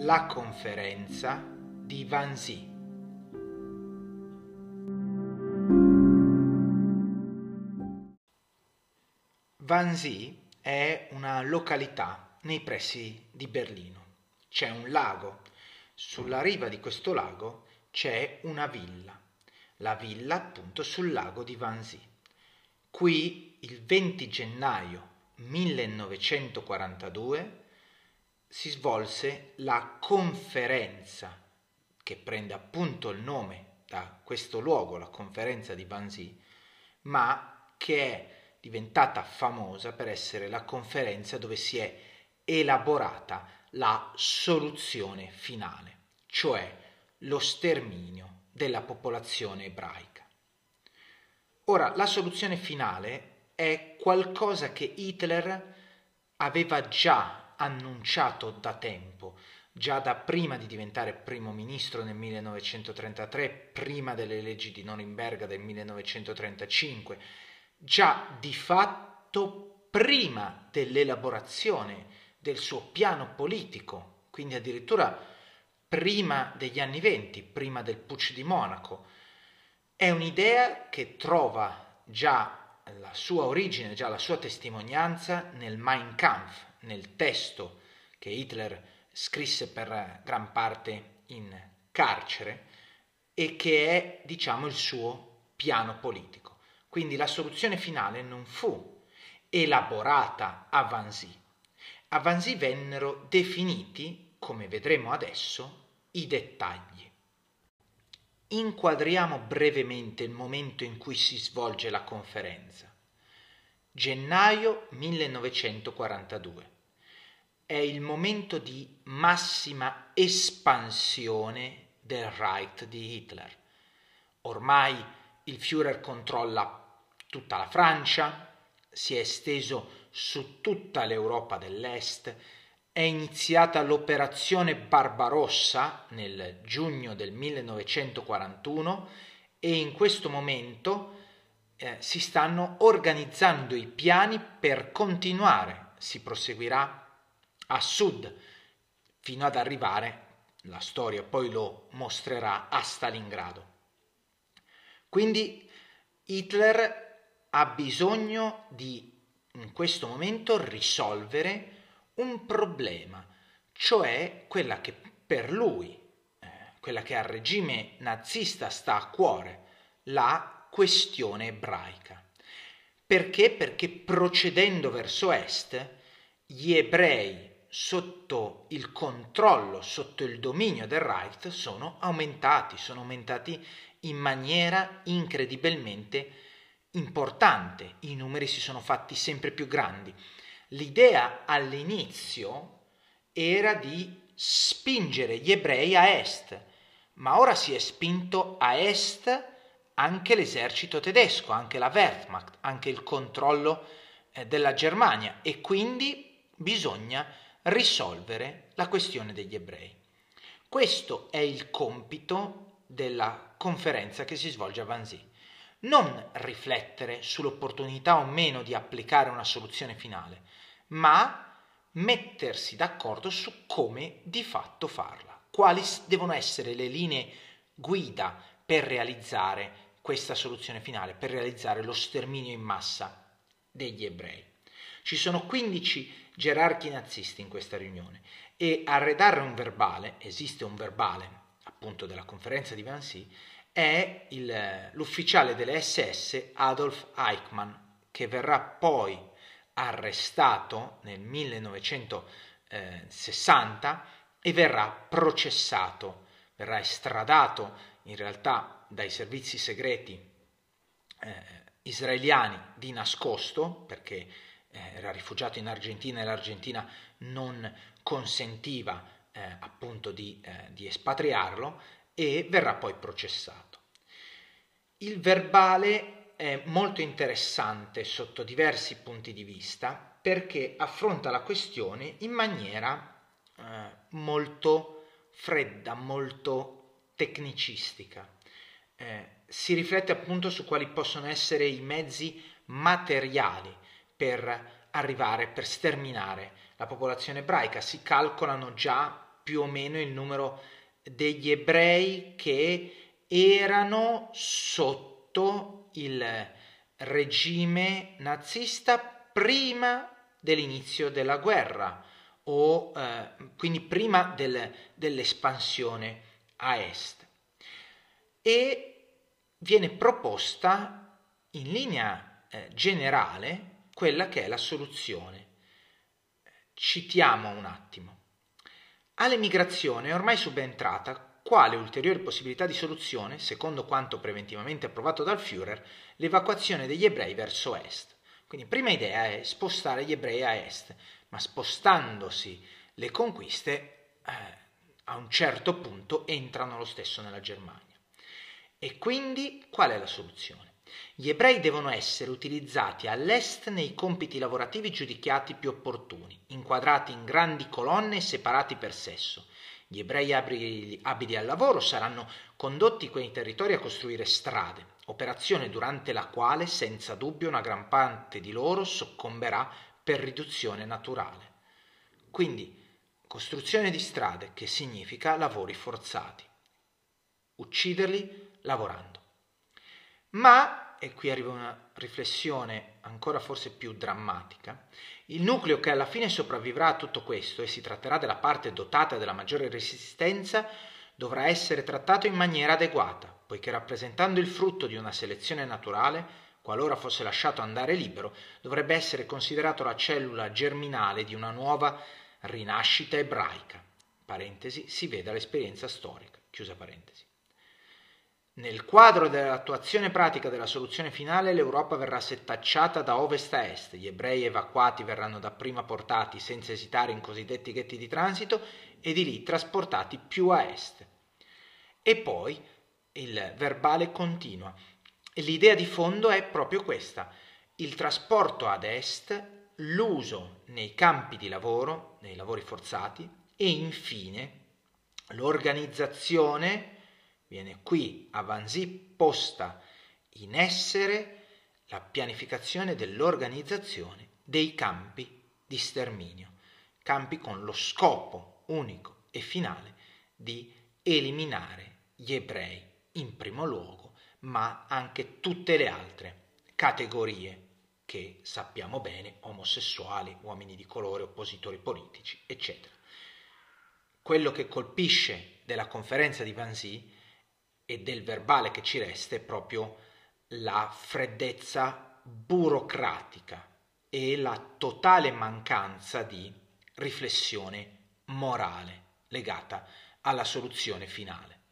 La conferenza di Wannsee. Wannsee è una località nei pressi di Berlino. C'è un lago. Sulla riva di questo lago c'è una villa. La villa appunto sul lago di Wannsee. Qui il 20 gennaio 1942 si svolse la conferenza che prende appunto il nome da questo luogo, la conferenza di Wannsee, ma che è diventata famosa per essere la conferenza dove si è elaborata la soluzione finale, cioè lo sterminio della popolazione ebraica. Ora, la soluzione finale è qualcosa che Hitler aveva già annunciato da tempo, già da prima di diventare primo ministro nel 1933, prima delle leggi di Norimberga del 1935, già di fatto prima dell'elaborazione del suo piano politico, quindi addirittura prima degli anni '20, prima del Putsch di Monaco. È un'idea che trova già la sua origine, già la sua testimonianza nel Mein Kampf, nel testo che Hitler scrisse per gran parte in carcere e che è, diciamo, il suo piano politico. Quindi la soluzione finale non fu elaborata a Wannsee. A Wannsee vennero definiti, come vedremo adesso, i dettagli. Inquadriamo brevemente il momento in cui si svolge la conferenza. Gennaio 1942. È il momento di massima espansione del Reich di Hitler. Ormai il Führer controlla tutta la Francia, si è esteso su tutta l'Europa dell'Est, è iniziata l'operazione Barbarossa nel giugno del 1941 e in questo momento si stanno organizzando i piani per continuare, si proseguirà a sud fino ad arrivare, la storia poi lo mostrerà, a Stalingrado. Quindi Hitler ha bisogno di in questo momento risolvere un problema, cioè quella che per lui, quella che al regime nazista sta a cuore, la questione ebraica. Perché? Perché procedendo verso est, gli ebrei sotto il controllo, sotto il dominio del Reich sono aumentati in maniera incredibilmente importante. I numeri si sono fatti sempre più grandi. L'idea all'inizio era di spingere gli ebrei a est, ma ora si è spinto a est anche l'esercito tedesco, anche la Wehrmacht, anche il controllo della Germania, e quindi bisogna risolvere la questione degli ebrei. Questo è il compito della conferenza che si svolge a Wannsee. Non riflettere sull'opportunità o meno di applicare una soluzione finale, ma mettersi d'accordo su come di fatto farla. Quali devono essere le linee guida per realizzare questa soluzione finale, per realizzare lo sterminio in massa degli ebrei. Ci sono 15 gerarchi nazisti in questa riunione e a redigere un verbale, esiste un verbale appunto della conferenza di Wannsee, è l'ufficiale delle SS Adolf Eichmann, che verrà poi arrestato nel 1960 e verrà processato, verrà estradato in realtà dai servizi segreti israeliani di nascosto, perché era rifugiato in Argentina e l'Argentina non consentiva appunto di espatriarlo, e verrà poi processato. Il verbale è molto interessante sotto diversi punti di vista perché affronta la questione in maniera molto fredda, molto tecnicistica. Si riflette appunto su quali possono essere i mezzi materiali per arrivare, per sterminare la popolazione ebraica. Si calcolano già più o meno il numero degli ebrei che erano sotto il regime nazista prima dell'inizio della guerra, o quindi prima dell'espansione a est. E viene proposta in linea generale quella che è la soluzione. Citiamo un attimo. All'emigrazione è ormai subentrata quale ulteriore possibilità di soluzione, secondo quanto preventivamente approvato dal Führer, l'evacuazione degli ebrei verso est. Quindi prima idea è spostare gli ebrei a est, ma spostandosi le conquiste a un certo punto entrano lo stesso nella Germania. E quindi qual è la soluzione? Gli ebrei devono essere utilizzati all'est nei compiti lavorativi giudicati più opportuni, inquadrati in grandi colonne e separati per sesso. Gli ebrei abili al lavoro saranno condotti in quei territori a costruire strade, operazione durante la quale senza dubbio una gran parte di loro soccomberà per riduzione naturale. Quindi costruzione di strade, che significa lavori forzati. Ucciderli lavorando. Ma, e qui arriva una riflessione ancora forse più drammatica, il nucleo che alla fine sopravvivrà a tutto questo, e si tratterà della parte dotata della maggiore resistenza, dovrà essere trattato in maniera adeguata, poiché rappresentando il frutto di una selezione naturale, qualora fosse lasciato andare libero, dovrebbe essere considerato la cellula germinale di una nuova rinascita ebraica. Parentesi, si veda l'esperienza storica. Chiusa parentesi. Nel quadro dell'attuazione pratica della soluzione finale, l'Europa verrà setacciata da ovest a est, gli ebrei evacuati verranno dapprima portati senza esitare in cosiddetti ghetti di transito e di lì trasportati più a est. E poi il verbale continua. L'idea di fondo è proprio questa: il trasporto ad est, l'uso nei campi di lavoro, nei lavori forzati, e infine l'organizzazione. Viene qui a Wannsee posta in essere la pianificazione dell'organizzazione dei campi di sterminio, campi con lo scopo unico e finale di eliminare gli ebrei in primo luogo, ma anche tutte le altre categorie che sappiamo bene, omosessuali, uomini di colore, oppositori politici, eccetera. Quello che colpisce della conferenza di Wannsee e del verbale che ci resta è proprio la freddezza burocratica e la totale mancanza di riflessione morale legata alla soluzione finale.